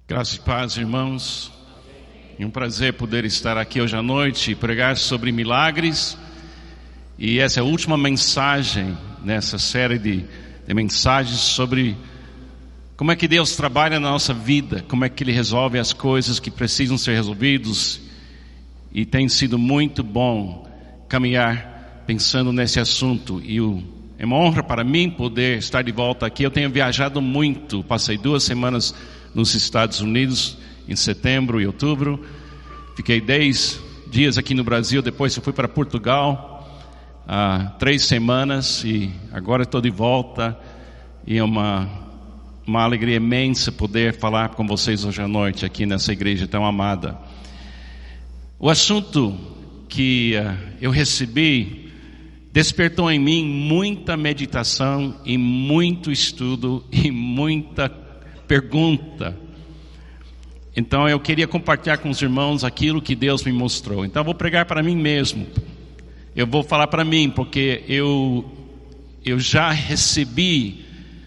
Graça e paz, irmãos. É um prazer poder estar aqui hoje à noite e pregar sobre milagres. E essa é a última mensagem nessa série de mensagens sobre como é que Deus trabalha na nossa vida, como é que Ele resolve as coisas que precisam ser resolvidas. E tem sido muito bom caminhar pensando nesse assunto. É uma honra para mim poder estar de volta aqui. Eu tenho viajado muito, passei 2 semanas nos Estados Unidos, em setembro e outubro. Fiquei 10 dias aqui no Brasil, depois eu fui para Portugal, 3 semanas, e agora estou de volta. E é uma alegria imensa poder falar com vocês hoje à noite, aqui nessa igreja tão amada. O assunto que eu recebi despertou em mim muita meditação e muito estudo e muita pergunta. Então eu queria compartilhar com os irmãos aquilo que Deus me mostrou. Então eu vou pregar para mim mesmo. Eu vou falar para mim, porque eu já recebi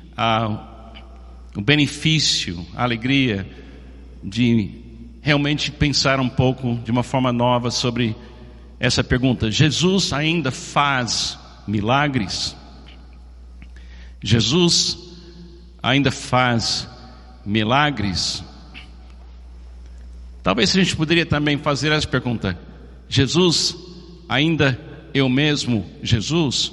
o benefício, a alegria de realmente pensar um pouco de uma forma nova sobre essa pergunta: Jesus ainda faz milagres? Jesus ainda faz milagres? Talvez a gente poderia também fazer essa pergunta: Jesus ainda é o mesmo Jesus?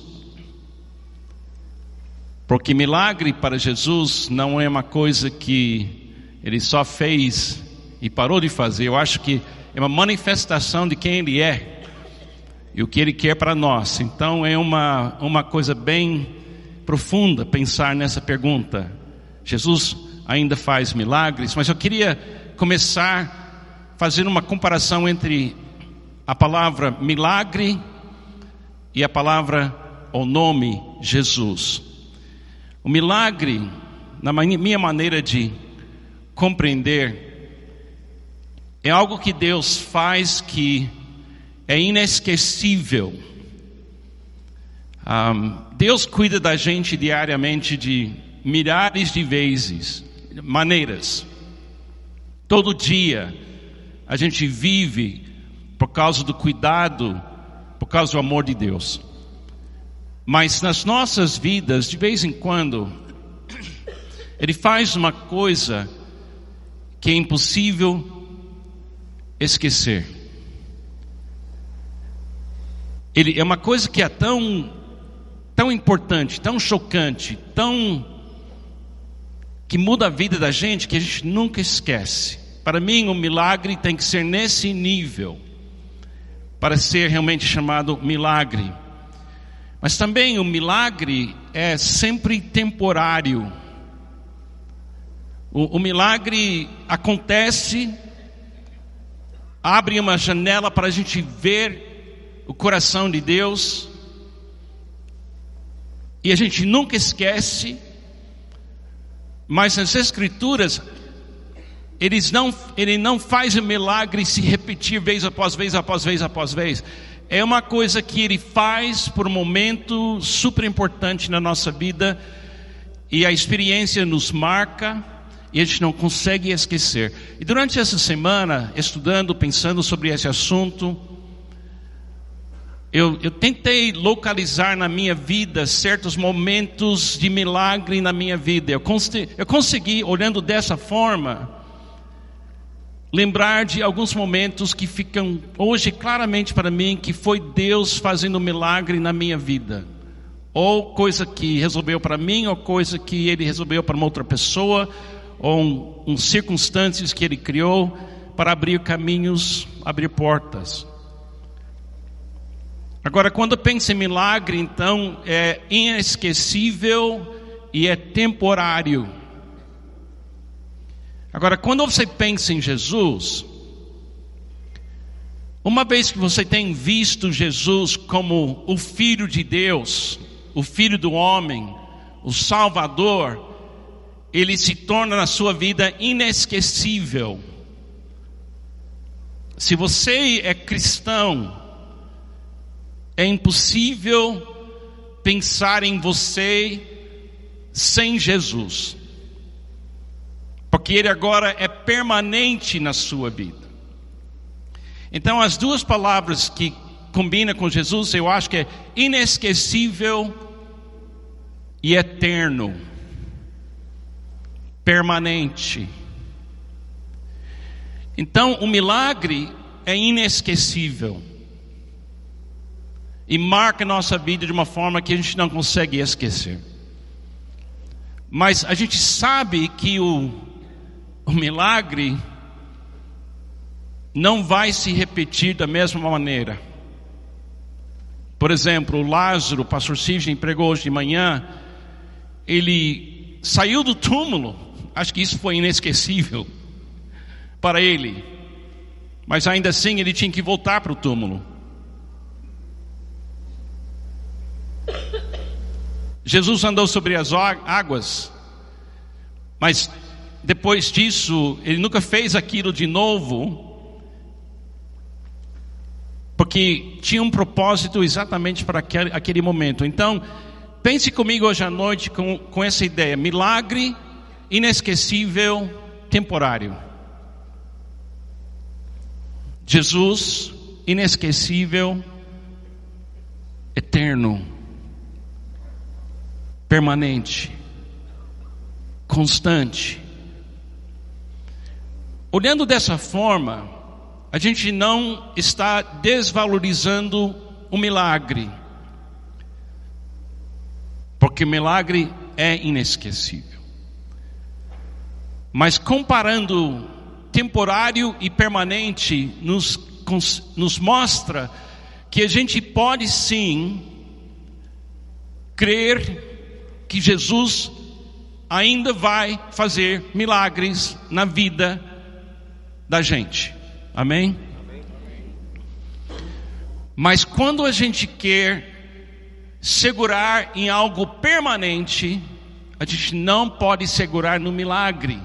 Porque milagre para Jesus não é uma coisa que Ele só fez e parou de fazer. Eu acho que é uma manifestação de quem Ele é e o que Ele quer para nós. Então é uma coisa bem profunda pensar nessa pergunta: Jesus ainda faz milagres? Mas eu queria começar fazendo uma comparação entre a palavra milagre e a palavra ou nome Jesus. O milagre, na minha maneira de compreender, é algo que Deus faz que é inesquecível. Deus cuida da gente diariamente de milhares de maneiras. Todo dia a gente vive por causa do cuidado, por causa do amor de Deus. Mas nas nossas vidas, de vez em quando, Ele faz uma coisa que é impossível esquecer. Ele é uma coisa que é tão importante, tão chocante, que muda a vida da gente, que a gente nunca esquece. Para mim, o milagre tem que ser nesse nível para ser realmente chamado milagre. Mas também o milagre é sempre temporário. O milagre acontece, abre uma janela para a gente ver o coração de Deus, e a gente nunca esquece. Mas nas Escrituras, Ele não faz o milagre se repetir vez após vez, após vez, após vez. É uma coisa que Ele faz por um momento super importante na nossa vida, e a experiência nos marca e a gente não consegue esquecer. E durante essa semana, estudando, pensando sobre esse assunto, eu tentei localizar na minha vida certos momentos de milagre na minha vida. Eu consegui, olhando dessa forma, lembrar de alguns momentos que ficam hoje claramente para mim que foi Deus fazendo um milagre na minha vida. Ou coisa que resolveu para mim, ou coisa que Ele resolveu para uma outra pessoa, ou circunstâncias que Ele criou para abrir caminhos, abrir portas. Agora, quando eu penso em milagre, então, é inesquecível e é temporário. Agora, quando você pensa em Jesus, uma vez que você tem visto Jesus como o Filho de Deus, o Filho do homem, o Salvador, Ele se torna na sua vida inesquecível. Se você é cristão, é impossível pensar em você sem Jesus. porque ele agora é permanente na sua vida. Então as duas palavras que combinam com Jesus, eu acho que é inesquecível e eterno, permanente. Então o milagre é inesquecível e marca a nossa vida de uma forma que a gente não consegue esquecer. Mas a gente sabe que o milagre não vai se repetir da mesma maneira. Por exemplo, o Lázaro, o pastor Sidney pregou hoje de manhã, ele saiu do túmulo. Acho que isso foi inesquecível para ele, mas ainda assim ele tinha que voltar para o túmulo. Jesus andou sobre as águas, mas depois disso ele nunca fez aquilo de novo, porque tinha um propósito exatamente para aquele momento. Então pense comigo hoje à noite com essa ideia: milagre inesquecível, temporário. Jesus inesquecível, eterno, permanente, constante. Olhando dessa forma, a gente não está desvalorizando o milagre, porque o milagre é inesquecível. Mas comparando temporário e permanente, nos mostra que a gente pode sim crer que Jesus ainda vai fazer milagres na vida da gente. Amém? Mas quando a gente quer segurar em algo permanente, a gente não pode segurar no milagre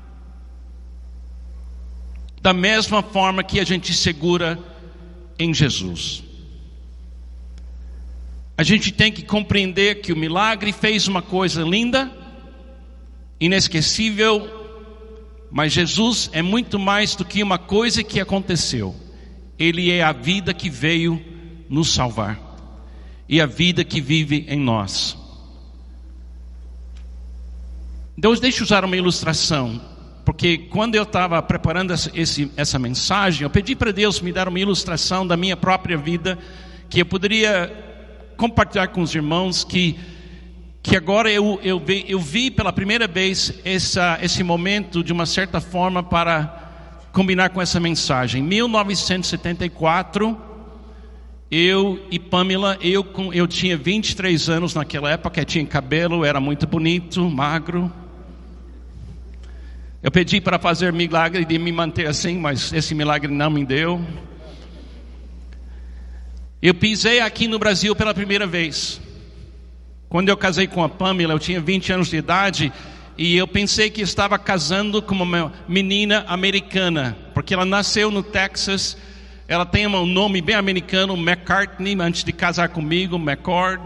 da mesma forma que a gente segura em Jesus. A gente tem que compreender que o milagre fez uma coisa linda, inesquecível, mas Jesus é muito mais do que uma coisa que aconteceu. Ele é a vida que veio nos salvar e a vida que vive em nós. Então deixa eu usar uma ilustração, porque quando eu estava preparando essa mensagem, eu pedi para Deus me dar uma ilustração da minha própria vida, que eu poderia compartilhar com os irmãos, que agora eu vi pela primeira vez esse momento de uma certa forma para combinar com essa mensagem. Em 1974, eu e Pamela, eu tinha 23 anos naquela época, tinha cabelo, era muito bonito, magro. Eu pedi para fazer milagre de me manter assim, mas esse milagre não me deu. Eu pisei aqui no Brasil pela primeira vez. Quando eu casei com a Pamela, eu tinha 20 anos de idade, e eu pensei que estava casando com uma menina americana, porque ela nasceu no Texas. Ela tem um nome bem americano, McCartney, antes de casar comigo, McCord.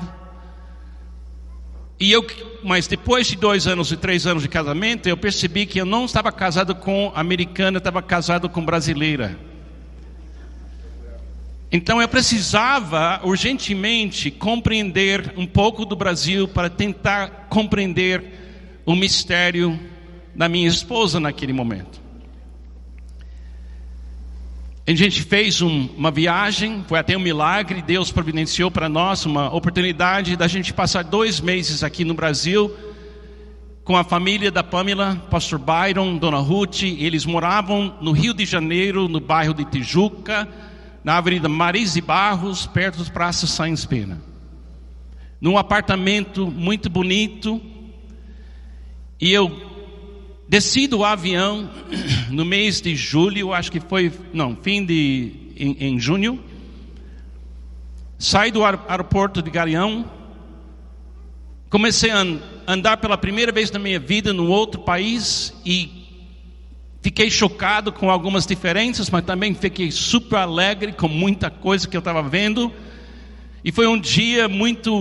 Mas depois de 2 anos e 3 anos de casamento, eu percebi que eu não estava casado com americana, eu estava casado com brasileira. Então eu precisava urgentemente compreender um pouco do Brasil para tentar compreender o mistério da minha esposa naquele momento. A gente fez uma viagem, foi até um milagre, Deus providenciou para nós uma oportunidade da gente passar 2 meses aqui no Brasil com a família da Pamela, pastor Byron, dona Ruth. Eles moravam no Rio de Janeiro, no bairro de Tijuca, na Avenida Marise Barros, perto da Praça Sáenz Pena, num apartamento muito bonito. E eu desci do avião no mês de julho, acho que foi, em junho. Saí do aeroporto de Galeão, comecei a andar pela primeira vez na minha vida num outro país, e fiquei chocado com algumas diferenças, mas também fiquei super alegre com muita coisa que eu estava vendo. E foi um dia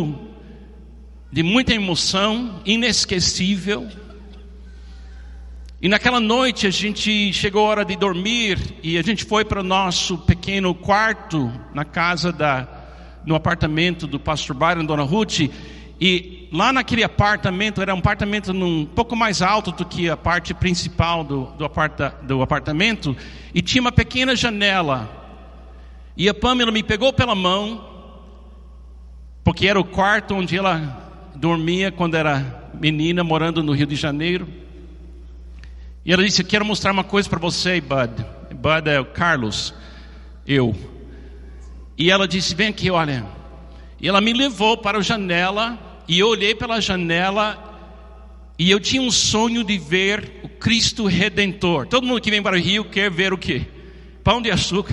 de muita emoção, inesquecível. E naquela noite a gente chegou a hora de dormir e a gente foi para o nosso pequeno quarto na casa no apartamento do pastor Byron e Dona Ruth. E lá naquele apartamento, era um apartamento um pouco mais alto do que a parte principal do apartamento, e tinha uma pequena janela. E a Pamela me pegou pela mão, porque era o quarto onde ela dormia quando era menina, morando no Rio de Janeiro. E ela disse: eu quero mostrar uma coisa para você, Bud. Bud é o Carlos, eu. E ela disse: vem aqui, olha. E ela me levou para a janela, e eu olhei pela janela, e eu tinha um sonho de ver o Cristo Redentor. Todo mundo que vem para o Rio quer ver o quê? Pão de açúcar.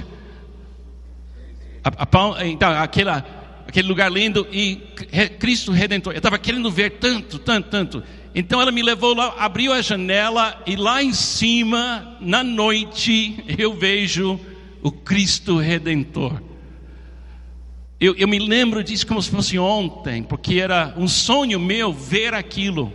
Então, aquele lugar lindo, e Cristo Redentor. Eu estava querendo ver tanto. Então ela me levou lá, abriu a janela, e lá em cima, na noite, eu vejo o Cristo Redentor. Eu me lembro disso como se fosse ontem, porque era um sonho meu ver aquilo.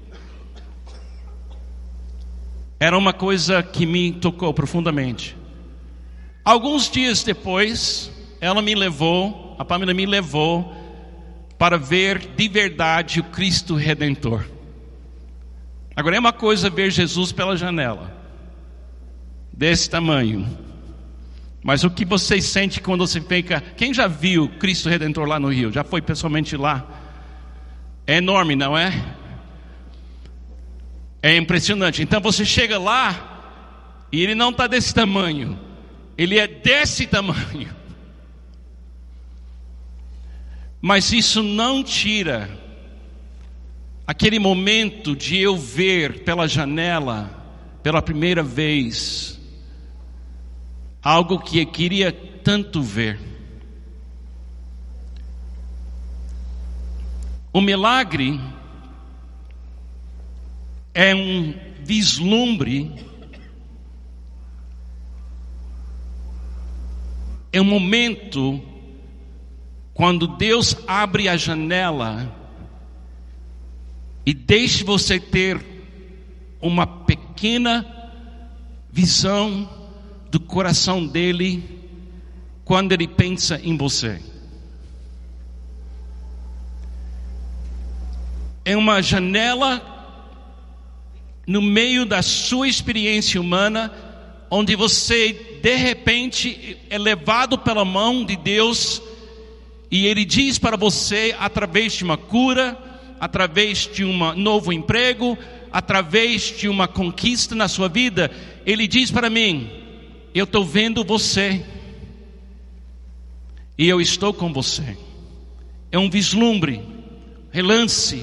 Era uma coisa que me tocou profundamente. Alguns dias depois, a Pamela me levou para ver de verdade o Cristo Redentor. Agora é uma coisa ver Jesus pela janela, desse tamanho. Mas o que você sente quando você fica... Quem já viu Cristo Redentor lá no Rio? Já foi pessoalmente lá? É enorme, não é? É impressionante. Então você chega lá e ele não está desse tamanho. Ele é desse tamanho. Mas isso não tira aquele momento de eu ver pela janela, pela primeira vez, algo que eu queria tanto ver. O milagre é um vislumbre, é um momento quando Deus abre a janela e deixa você ter uma pequena visão do coração dele quando ele pensa em você. É uma janela no meio da sua experiência humana, onde você de repente é levado pela mão de Deus, e ele diz para você, através de uma cura, através de um novo emprego, através de uma conquista na sua vida, ele diz para mim: eu estou vendo você, e eu estou com você. É um vislumbre, relance,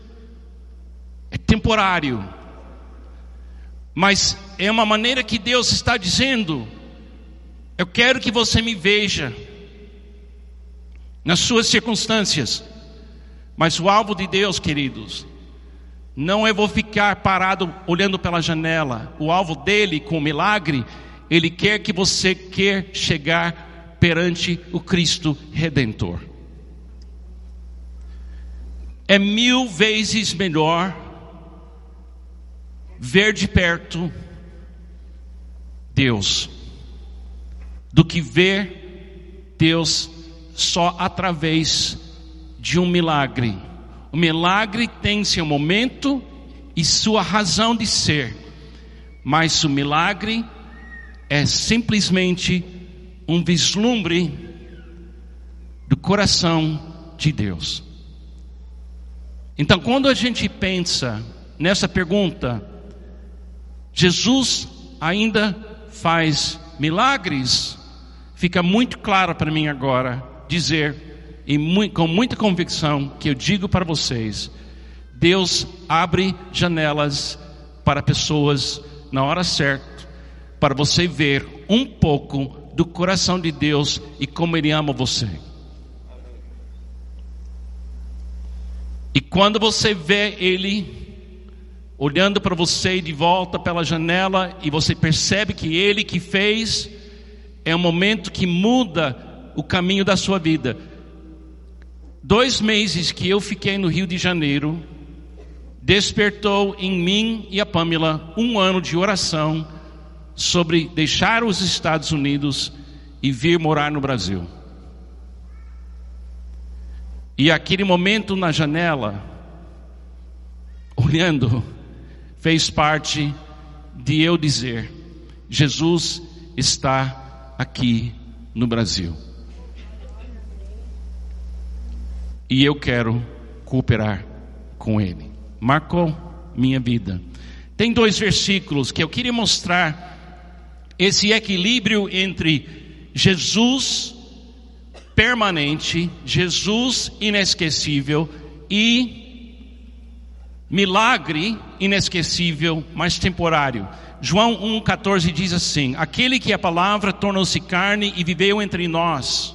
é temporário, mas é uma maneira que Deus está dizendo: eu quero que você me veja nas suas circunstâncias. Mas o alvo de Deus, queridos, não é vou ficar parado olhando pela janela. O alvo dele com o milagre, ele quer que você quer chegar perante o Cristo Redentor. É 1000 vezes melhor ver de perto Deus do que ver Deus só através de um milagre. O milagre tem seu momento e sua razão de ser, mas o milagre é simplesmente um vislumbre do coração de Deus. Então, quando a gente pensa nessa pergunta, Jesus ainda faz milagres? Fica muito claro para mim agora dizer, e com muita convicção, que eu digo para vocês: Deus abre janelas para pessoas na hora certa, para você ver um pouco do coração de Deus e como Ele ama você. E quando você vê Ele olhando para você de volta pela janela, e você percebe que Ele que fez, é um momento que muda o caminho da sua vida. 2 meses que eu fiquei no Rio de Janeiro, despertou em mim e a Pamela um ano de oração sobre deixar os Estados Unidos e vir morar no Brasil. E aquele momento na janela, olhando, fez parte de eu dizer: Jesus está aqui no Brasil. E eu quero cooperar com Ele. Marcou minha vida. Tem 2 versículos que eu queria mostrar esse equilíbrio entre Jesus permanente, Jesus inesquecível e milagre inesquecível, mas temporário. João 1,14 diz assim: aquele que a palavra tornou-se carne e viveu entre nós.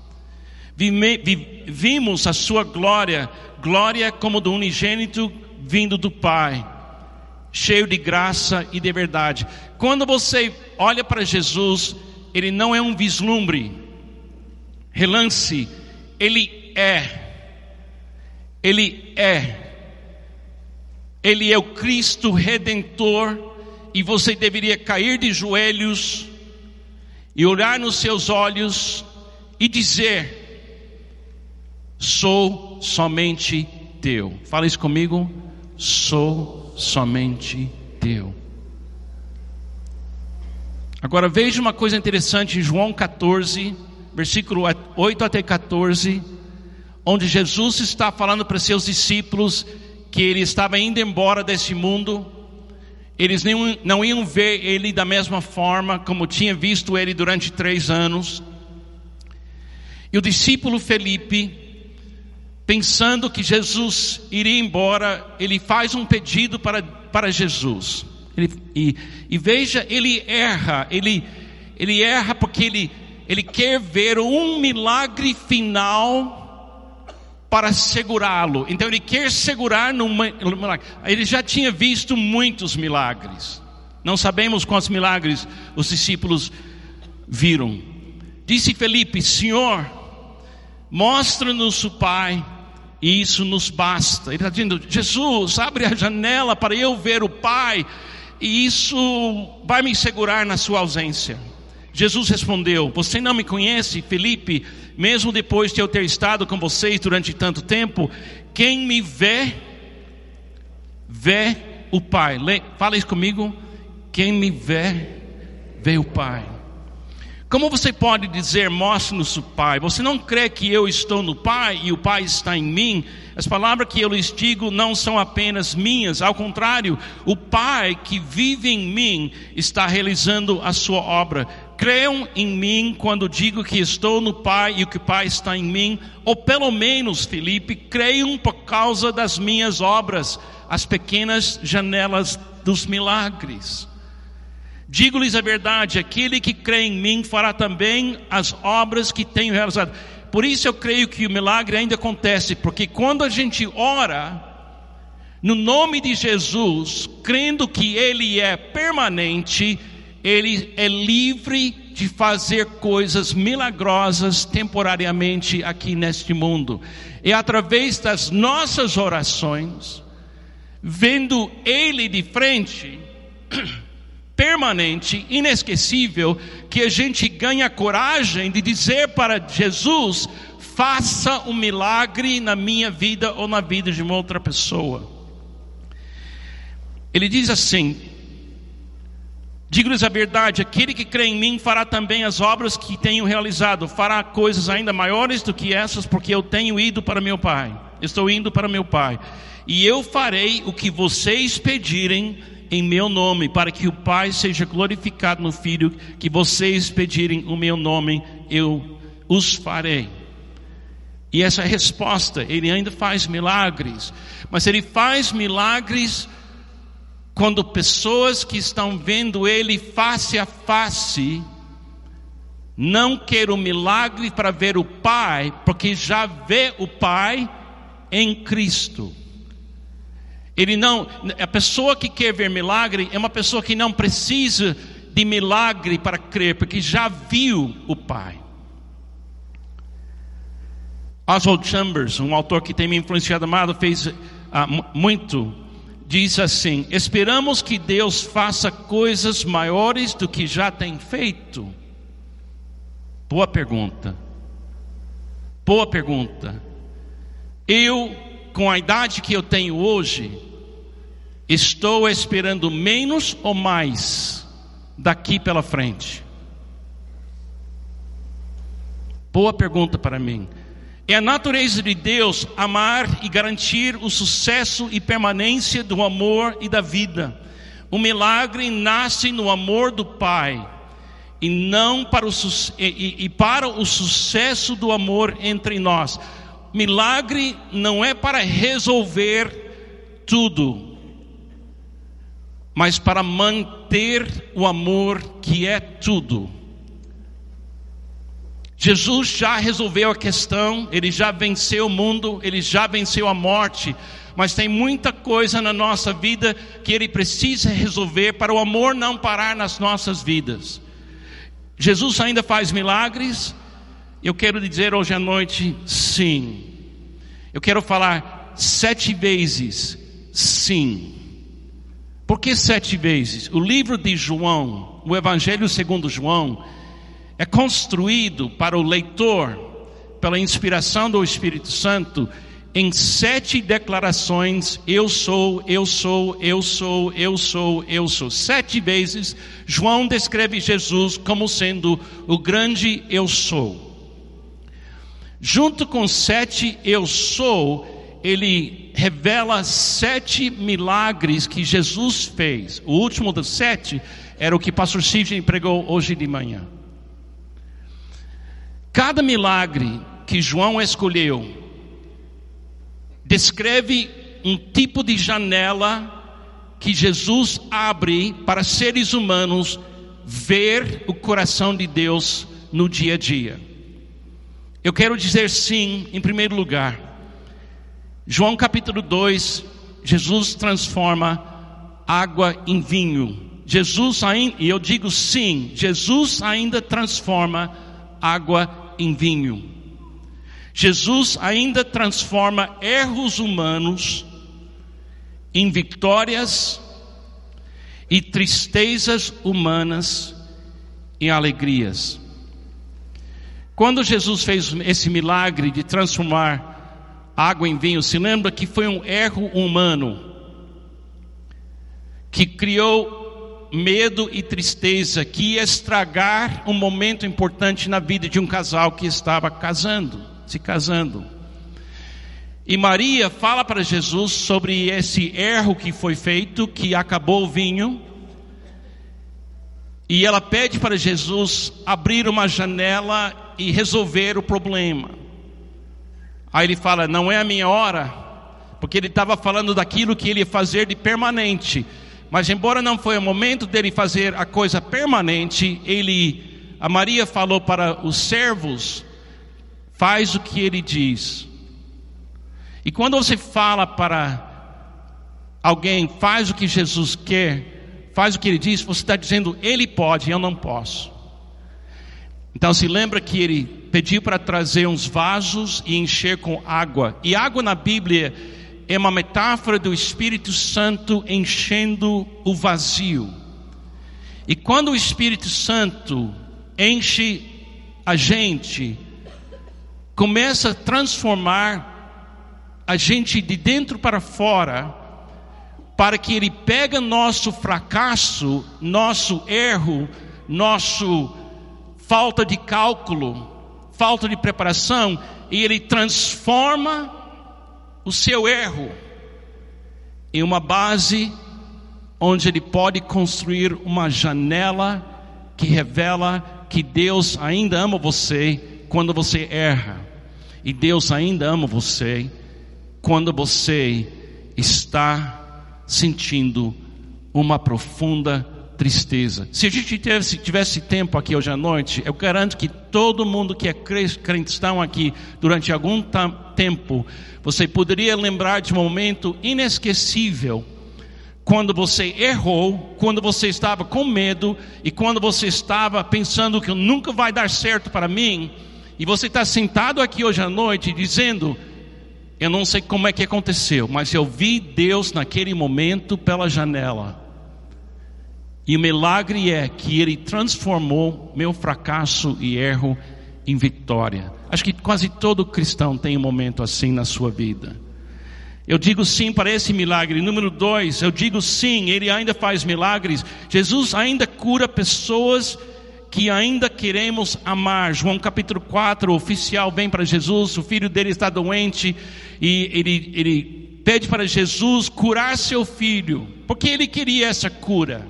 Vimos a sua glória, glória como do unigênito vindo do Pai, cheio de graça e de verdade. Quando você olha para Jesus, Ele não é um vislumbre, relance, Ele é o Cristo Redentor, e você deveria cair de joelhos e olhar nos seus olhos e dizer: sou somente teu. Fala isso comigo: sou somente teu. Agora veja uma coisa interessante em João 14, versículo 8 até 14, onde Jesus está falando para seus discípulos que Ele estava indo embora desse mundo. Eles não iam ver Ele da mesma forma como tinha visto Ele durante 3 anos. E o discípulo Felipe, pensando que Jesus iria embora, ele faz um pedido para Jesus. E veja, ele erra porque ele quer ver um milagre final para segurá-lo. Então ele quer segurar no milagre. Ele já tinha visto muitos milagres. Não sabemos quantos milagres os discípulos viram. Disse Felipe: Senhor, mostra-nos o Pai, e isso nos basta. Ele está dizendo: Jesus, abre a janela para eu ver o Pai, e isso vai me segurar na sua ausência. Jesus respondeu: você não me conhece, Felipe, mesmo depois de eu ter estado com vocês durante tanto tempo? Quem me vê, vê o Pai. Fala isso comigo: quem me vê, vê o Pai. Como você pode dizer: mostre-nos o Pai? Você não crê que eu estou no Pai e o Pai está em mim? As palavras que eu lhes digo não são apenas minhas. Ao contrário, o Pai que vive em mim está realizando a sua obra. Creiam em mim quando digo que estou no Pai e que o Pai está em mim. Ou pelo menos, Felipe, creiam por causa das minhas obras, as pequenas janelas dos milagres. Digo-lhes a verdade: aquele que crê em mim fará também as obras que tenho realizado. Por isso eu creio que o milagre ainda acontece, porque quando a gente ora no nome de Jesus, crendo que Ele é permanente, Ele é livre de fazer coisas milagrosas temporariamente aqui neste mundo. E através das nossas orações, vendo Ele de frente, permanente, inesquecível, que a gente ganha coragem de dizer para Jesus: faça um milagre na minha vida ou na vida de uma outra pessoa. Ele diz assim: digo-lhes a verdade, aquele que crê em mim fará também as obras que tenho realizado, fará coisas ainda maiores do que essas, porque eu tenho ido para meu Pai. Estou indo para meu Pai, e eu farei o que vocês pedirem em meu nome, para que o Pai seja glorificado no Filho. Que vocês pedirem o meu nome, eu os farei. E essa é a resposta. Ele ainda faz milagres, mas Ele faz milagres quando pessoas que estão vendo Ele face a face não querem o milagre para ver o Pai, porque já vê o Pai em Cristo. A pessoa que quer ver milagre é uma pessoa que não precisa de milagre para crer, porque já viu o Pai. Oswald Chambers, um autor que tem me influenciado muito, diz assim: esperamos que Deus faça coisas maiores do que já tem feito? Boa pergunta. Boa pergunta. Eu, com a idade que eu tenho hoje, estou esperando menos ou mais daqui pela frente? Boa pergunta para mim. É a natureza de Deus amar e garantir o sucesso e permanência do amor e da vida. O milagre nasce no amor do Pai e não para o sucesso do amor entre nós. Milagre não é para resolver tudo, mas para manter o amor que é tudo. Jesus já resolveu a questão, Ele já venceu o mundo, Ele já venceu a morte, mas tem muita coisa na nossa vida que Ele precisa resolver para o amor não parar nas nossas vidas. Jesus ainda faz milagres? Eu quero dizer hoje à noite, sim. Eu quero falar 7 vezes sim. Por que 7 vezes? O livro de João, o Evangelho segundo João, é construído para o leitor, pela inspiração do Espírito Santo, em 7 declarações: eu sou, eu sou, eu sou, eu sou, eu sou. 7 vezes João descreve Jesus como sendo o grande eu sou. Junto com 7 eu sou, ele revela 7 milagres que Jesus fez. O último dos 7 era o que o pastor Sidney pregou hoje de manhã. Cada milagre que João escolheu descreve um tipo de janela que Jesus abre para seres humanos ver o coração de Deus no dia a dia. Eu quero dizer sim, em primeiro lugar. João capítulo 2, Jesus transforma água em vinho. E eu digo sim, Jesus ainda transforma água em vinho. Jesus ainda transforma erros humanos em vitórias e tristezas humanas em alegrias. Quando Jesus fez esse milagre de transformar água em vinho, se lembra que foi um erro humano que criou medo e tristeza, que ia estragar um momento importante na vida de um casal que estava se casando. E Maria fala para Jesus sobre esse erro que foi feito, que acabou o vinho. E ela pede para Jesus abrir uma janela e resolver o problema. Aí ele fala: não é a minha hora, porque ele estava falando daquilo que ele ia fazer de permanente. Mas embora não foi o momento dele fazer a coisa permanente, a Maria falou para os servos: faz o que ele diz. E quando você fala para alguém, faz o que Jesus quer, faz o que ele diz, você está dizendo: ele pode, eu não posso. Então se lembra que ele pediu para trazer uns vasos e encher com água. E água na Bíblia é uma metáfora do Espírito Santo enchendo o vazio. E quando o Espírito Santo enche a gente, começa a transformar a gente de dentro para fora, para que ele pega nosso fracasso, nosso erro, nosso falta de cálculo, falta de preparação, e ele transforma o seu erro em uma base onde ele pode construir uma janela que revela que Deus ainda ama você quando você erra, e Deus ainda ama você quando você está sentindo uma profunda tristeza. Se a gente tivesse tempo aqui hoje à noite, eu garanto que todo mundo que é cristão aqui, durante algum tempo, você poderia lembrar de um momento inesquecível, quando você errou, quando você estava com medo, e quando você estava pensando que nunca vai dar certo para mim, e você está sentado aqui hoje à noite dizendo: Eu não sei como é que aconteceu, mas eu vi Deus naquele momento pela janela. E o milagre é que Ele transformou meu fracasso e erro em vitória. Acho que quase todo cristão tem um momento assim na sua vida. Eu digo sim para esse milagre. Número 2, eu digo sim, Ele ainda faz milagres. Jesus ainda cura pessoas que ainda queremos amar. João capítulo 4, o oficial vem para Jesus, o filho dele está doente, e ele pede para Jesus curar seu filho, porque ele queria essa cura.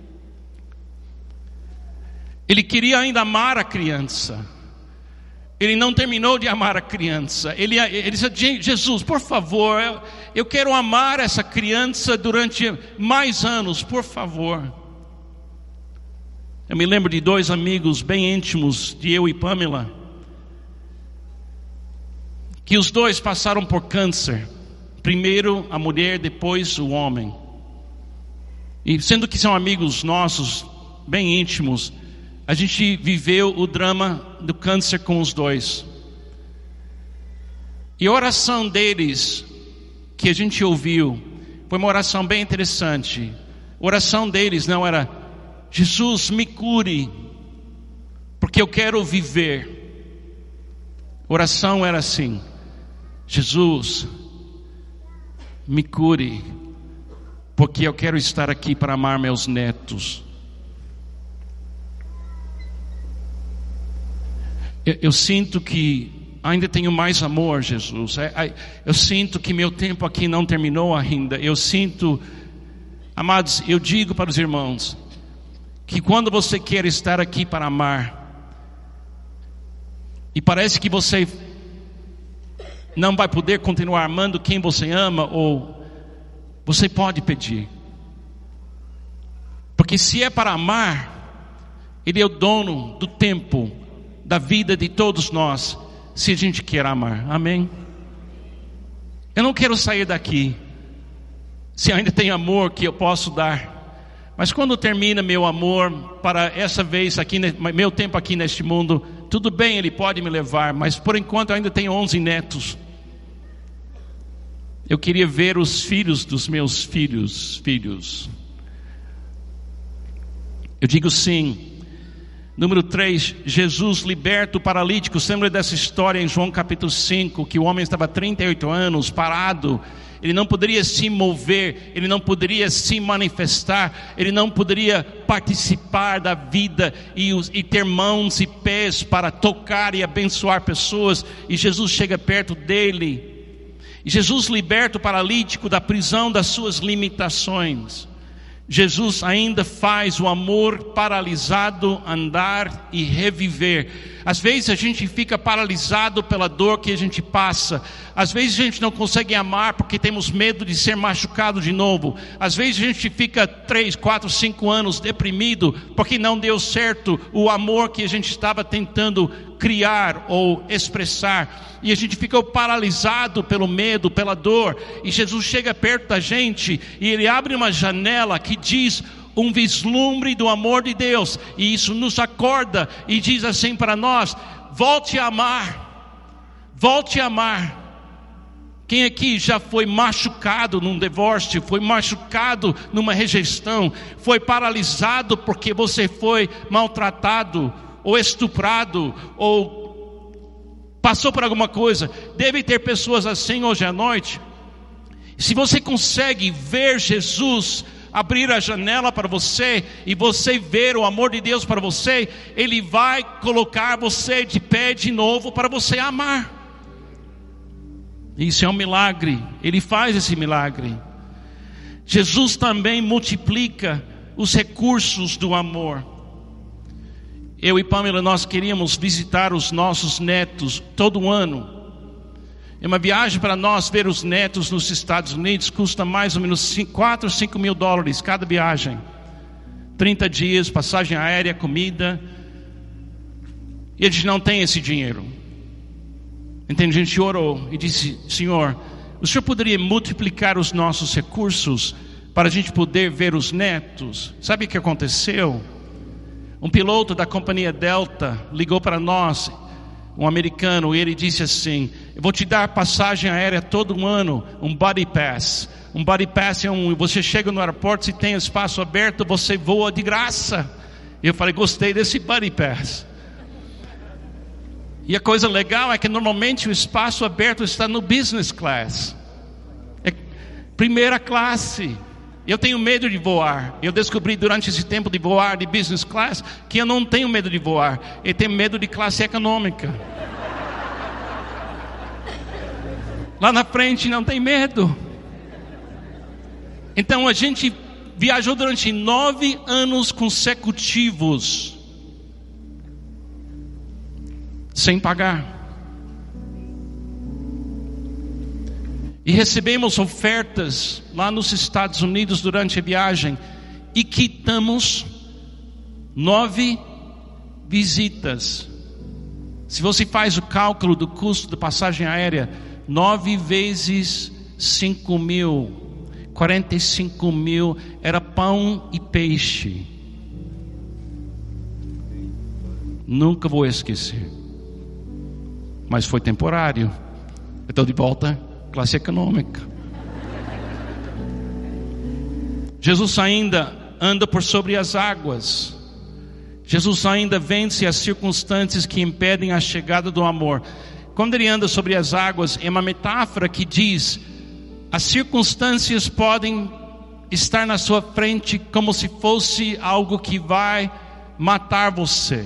Ele queria ainda amar a criança. Ele não terminou de amar a criança. Ele disse: Jesus, por favor, eu quero amar essa criança durante mais anos, por favor. Eu me lembro de 2 amigos bem íntimos, de eu e Pamela, que os 2 passaram por câncer. Primeiro a mulher, depois o homem. E sendo que são amigos nossos, bem íntimos, a gente viveu o drama do câncer com os 2. E a oração deles, que a gente ouviu, foi uma oração bem interessante. A oração deles não era: Jesus, me cure, porque eu quero viver. A oração era assim: Jesus, me cure, porque eu quero estar aqui para amar meus netos. Eu sinto que ainda tenho mais amor, Jesus. Eu sinto que meu tempo aqui não terminou ainda. Eu sinto, amados, eu digo para os irmãos, que quando você quer estar aqui para amar, e parece que você não vai poder continuar amando quem você ama, ou você pode pedir. Porque se é para amar, Ele é o dono do tempo, da vida de todos nós, se a gente quer amar. Amém? Eu não quero sair daqui se ainda tem amor que eu posso dar. Mas quando termina meu amor para essa vez aqui, meu tempo aqui neste mundo, tudo bem, Ele pode me levar, mas por enquanto eu ainda tenho 11 netos. Eu queria ver os filhos dos meus filhos. Eu digo sim. Número 3, Jesus liberta o paralítico. Você lembra dessa história em João capítulo 5, que o homem estava há 38 anos parado, ele não poderia se mover, ele não poderia se manifestar, ele não poderia participar da vida e ter mãos e pés para tocar e abençoar pessoas, e Jesus chega perto dele, e Jesus liberta o paralítico da prisão das suas limitações. Jesus ainda faz o amor paralisado andar e reviver. Às vezes a gente fica paralisado pela dor que a gente passa. Às vezes a gente não consegue amar porque temos medo de ser machucado de novo. Às vezes a gente fica 3, 4, 5 anos deprimido porque não deu certo o amor que a gente estava tentando criar ou expressar. E a gente ficou paralisado pelo medo, pela dor. E Jesus chega perto da gente e Ele abre uma janela que diz um vislumbre do amor de Deus. E isso nos acorda e diz assim para nós: volte a amar. Volte a amar. Quem aqui já foi machucado num divórcio, foi machucado numa rejeição, foi paralisado porque você foi maltratado, ou estuprado, ou passou por alguma coisa? Deve ter pessoas assim hoje à noite. Se você consegue ver Jesus abrir a janela para você, e você ver o amor de Deus para você, Ele vai colocar você de pé de novo para você amar. Isso é um milagre. Ele faz esse milagre. Jesus também multiplica os recursos do amor. Eu e Pamela, nós queríamos visitar os nossos netos todo ano. É uma viagem para nós ver os netos nos Estados Unidos, custa mais ou menos 4 ou 5 mil dólares cada viagem. 30 dias, passagem aérea, comida. E a gente não tem esse dinheiro. Então a gente orou e disse: Senhor, o Senhor poderia multiplicar os nossos recursos para a gente poder ver os netos? Sabe o que aconteceu? Um piloto da companhia Delta ligou para nós, um americano, e ele disse assim: eu vou te dar passagem aérea todo ano, um buddy pass. Um buddy pass é você chega no aeroporto, se tem espaço aberto, você voa de graça. E eu falei, gostei desse buddy pass. E a coisa legal é que normalmente o espaço aberto está no business class. É primeira classe. Eu tenho medo de voar. Eu descobri durante esse tempo de voar de business class que eu não tenho medo de voar. Eu tenho medo de classe econômica. Lá na frente não tem medo. Então a gente viajou durante 9 anos consecutivos sem pagar. E recebemos ofertas lá nos Estados Unidos durante a viagem e quitamos 9 visitas. Se você faz o cálculo do custo da passagem aérea, 9 vezes 5 mil, 45 mil, era pão e peixe. Nunca vou esquecer. Mas foi temporário. Eu estou de volta, classe econômica. Jesus ainda anda por sobre as águas. Jesus ainda vence as circunstâncias que impedem a chegada do amor. Quando ele anda sobre as águas, é uma metáfora que diz: as circunstâncias podem estar na sua frente como se fosse algo que vai matar você.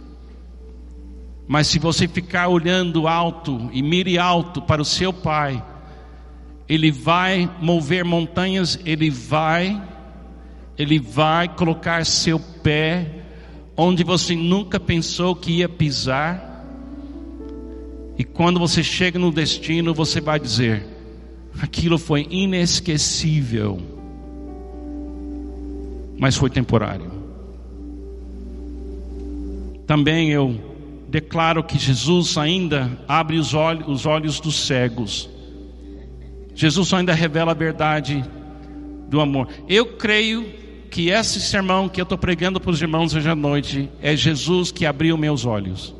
Mas se você ficar olhando alto e mire alto para o seu Pai, Ele vai mover montanhas, Ele vai colocar seu pé onde você nunca pensou que ia pisar. E quando você chega no destino, você vai dizer: aquilo foi inesquecível, mas foi temporário. Também eu declaro que Jesus ainda abre os olhos dos cegos. Jesus ainda revela a verdade do amor. Eu creio que esse sermão que eu estou pregando para os irmãos hoje à noite é Jesus que abriu meus olhos.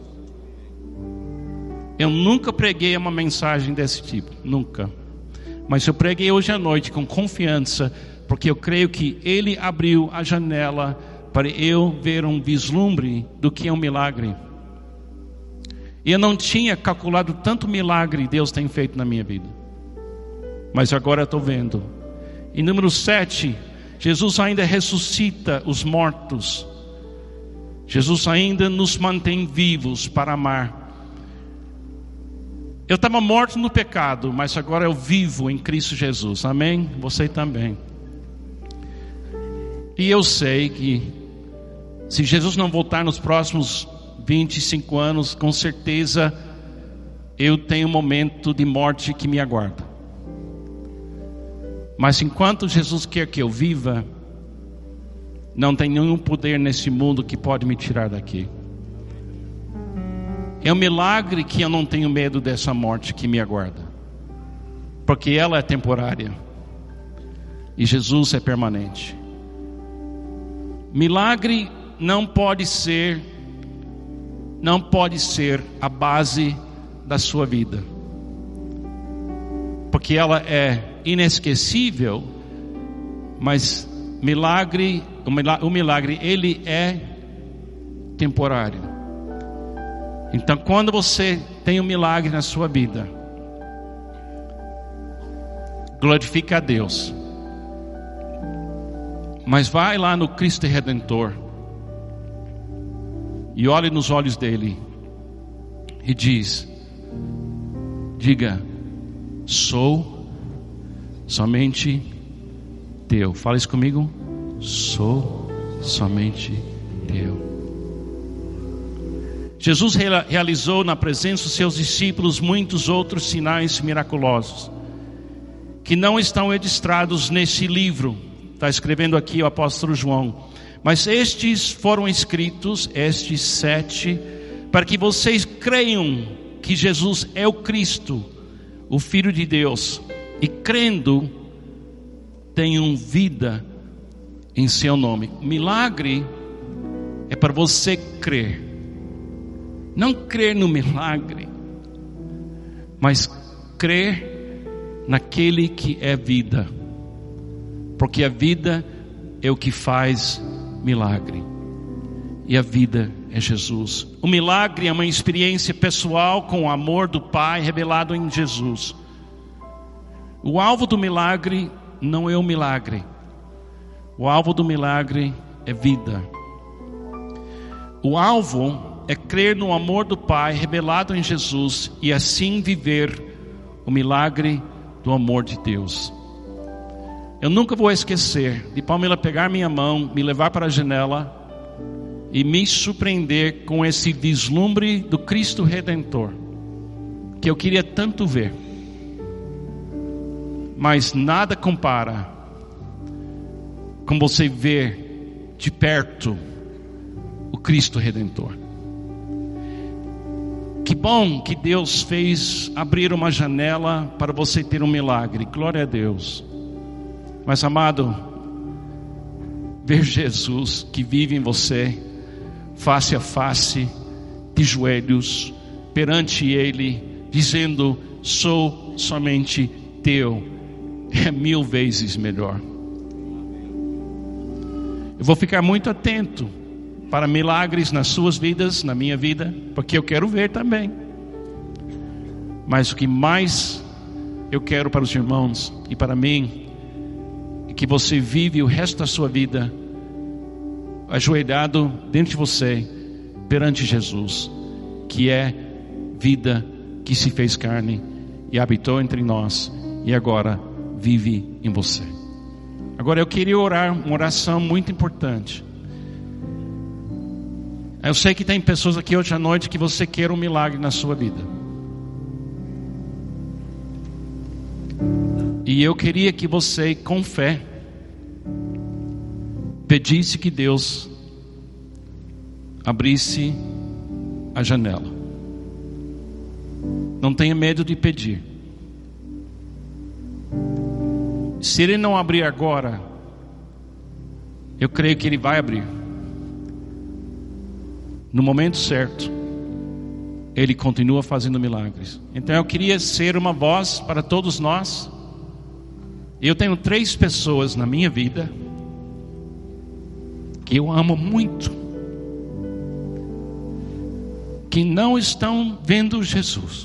Eu nunca preguei uma mensagem desse tipo, nunca. Mas eu preguei hoje à noite com confiança, porque eu creio que Ele abriu a janela para eu ver um vislumbre do que é um milagre. E eu não tinha calculado tanto milagre Deus tem feito na minha vida, mas agora eu estou vendo. E número 7, Jesus ainda ressuscita os mortos. Jesus ainda nos mantém vivos para amar. Eu estava morto no pecado, mas agora eu vivo em Cristo Jesus. Amém? Você também. E eu sei que se Jesus não voltar nos próximos 25 anos, com certeza eu tenho um momento de morte que me aguarda. Mas enquanto Jesus quer que eu viva, não tem nenhum poder nesse mundo que pode me tirar daqui. É um milagre que eu não tenho medo dessa morte que me aguarda, porque ela é temporária e Jesus é permanente. Milagre não pode ser a base da sua vida, porque ela é inesquecível. Mas o milagre ele é temporário. Então quando você tem um milagre na sua vida, glorifica a Deus, mas vai lá no Cristo Redentor e olhe nos olhos dele e diga: sou somente teu. Fala isso comigo: sou somente teu. Jesus realizou na presença dos seus discípulos muitos outros sinais miraculosos que não estão registrados nesse livro. Está escrevendo aqui o apóstolo João. Mas estes foram escritos, estes 7, para que vocês creiam que Jesus é o Cristo, o Filho de Deus, e crendo tenham vida em seu nome. Milagre é para você crer. Não crer no milagre, mas crer naquele que é vida, porque a vida é o que faz milagre, e a vida é Jesus. O milagre é uma experiência pessoal com o amor do Pai revelado em Jesus. O alvo do milagre não é o milagre, o alvo do milagre é vida. O alvo é crer no amor do Pai revelado em Jesus e assim viver o milagre do amor de Deus. Eu nunca vou esquecer de Pamela pegar minha mão, me levar para a janela e me surpreender com esse vislumbre do Cristo Redentor, que eu queria tanto ver. Mas nada compara com você ver de perto o Cristo Redentor. Que bom que Deus fez abrir uma janela para você ter um milagre, glória a Deus. Mas amado, ver Jesus que vive em você, face a face, de joelhos, perante Ele, dizendo, sou somente teu, é 1000 vezes melhor. Eu vou ficar muito atento para milagres nas suas vidas, na minha vida, porque eu quero ver também. Mas o que mais eu quero para os irmãos e para mim é que você vive o resto da sua vida ajoelhado dentro de você, perante Jesus, que é vida que se fez carne e habitou entre nós e agora vive em você. Agora eu queria orar uma oração muito importante. Eu sei que tem pessoas aqui hoje à noite que você quer um milagre na sua vida. E eu queria que você, com fé, pedisse que Deus abrisse a janela. Não tenha medo de pedir. Se Ele não abrir agora, eu creio que Ele vai abrir. No momento certo, Ele continua fazendo milagres. Então eu queria ser uma voz para todos nós. Eu tenho 3 pessoas na minha vida que eu amo muito, que não estão vendo Jesus.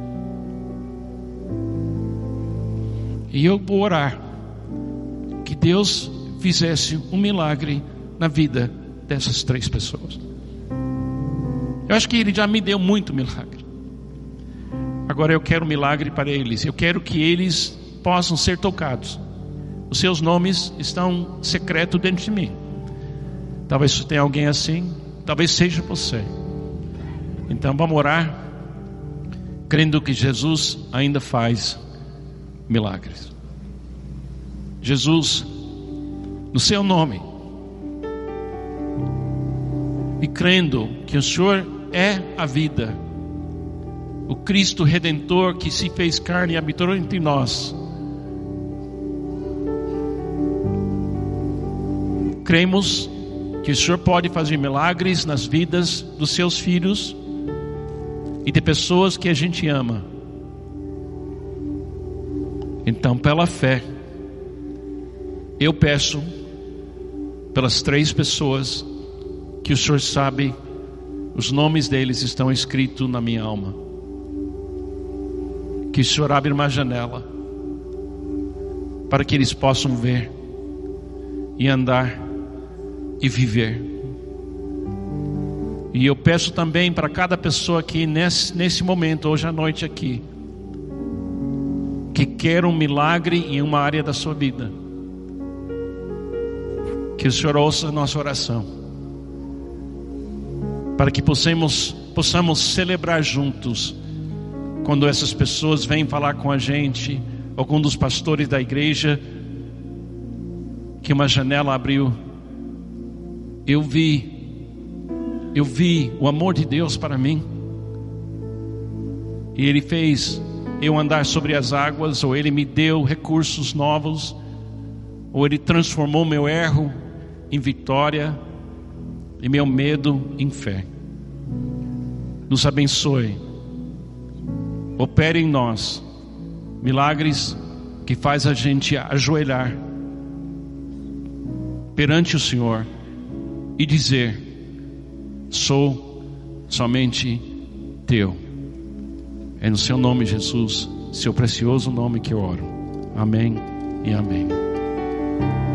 E eu vou orar que Deus fizesse um milagre na vida dessas 3 pessoas. Eu acho que Ele já me deu muito milagre. Agora eu quero um milagre para eles. Eu quero que eles possam ser tocados. Os seus nomes estão secretos dentro de mim. Talvez tenha alguém assim, talvez seja você. Então vamos orar, crendo que Jesus ainda faz milagres. Jesus, no seu nome, e crendo que o Senhor é a vida, o Cristo Redentor que se fez carne e habitou entre nós, cremos que o Senhor pode fazer milagres nas vidas dos seus filhos e de pessoas que a gente ama. Então, pela fé, eu peço pelas 3 pessoas que o Senhor sabe, os nomes deles estão escritos na minha alma. Que o Senhor abra uma janela para que eles possam ver e andar e viver. E eu peço também para cada pessoa aqui nesse momento, hoje à noite aqui, que quer um milagre em uma área da sua vida, que o Senhor ouça a nossa oração, para que possamos celebrar juntos quando essas pessoas vêm falar com a gente, ou com um dos pastores da igreja, que uma janela abriu. Eu vi o amor de Deus para mim, e Ele fez eu andar sobre as águas, ou Ele me deu recursos novos, ou Ele transformou meu erro em vitória e meu medo em fé. Nos abençoe opere em nós milagres que faz a gente ajoelhar perante o Senhor e dizer: sou somente teu. É no seu nome, Jesus, seu precioso nome, que eu oro. Amém e amém.